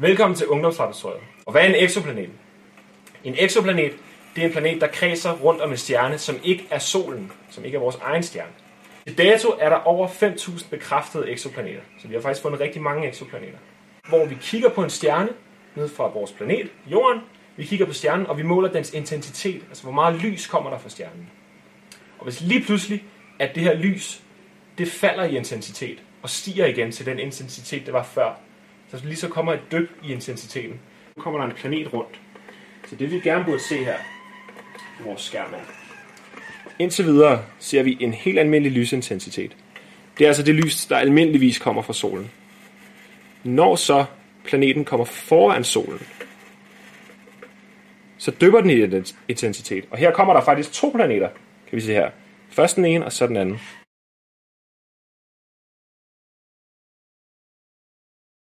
Velkommen til Ungdomslaboratoriet. Og hvad er en eksoplanet? En eksoplanet, det er en planet, der kredser rundt om en stjerne, som ikke er solen, som ikke er vores egen stjerne. Til dato er der over 5.000 bekræftede eksoplaneter, så vi har faktisk fundet rigtig mange eksoplaneter. Hvor vi kigger på en stjerne ned fra vores planet, Jorden, vi kigger på stjernen, og vi måler dens intensitet, altså hvor meget lys kommer der fra stjernen. Og hvis lige pludselig, at det her lys, det falder i intensitet, og stiger igen til den intensitet, det var før, så lige så kommer et dyk i intensiteten. Nu kommer der en planet rundt. Så det vi gerne burde se her på vores skærm er. Indtil videre ser vi en helt almindelig lysintensitet. Det er altså det lys, der almindeligvis kommer fra solen. Når så planeten kommer foran solen, så dypper den i intensitet. Og her kommer der faktisk 2 planeter, kan vi se her. Først den ene, og så den anden.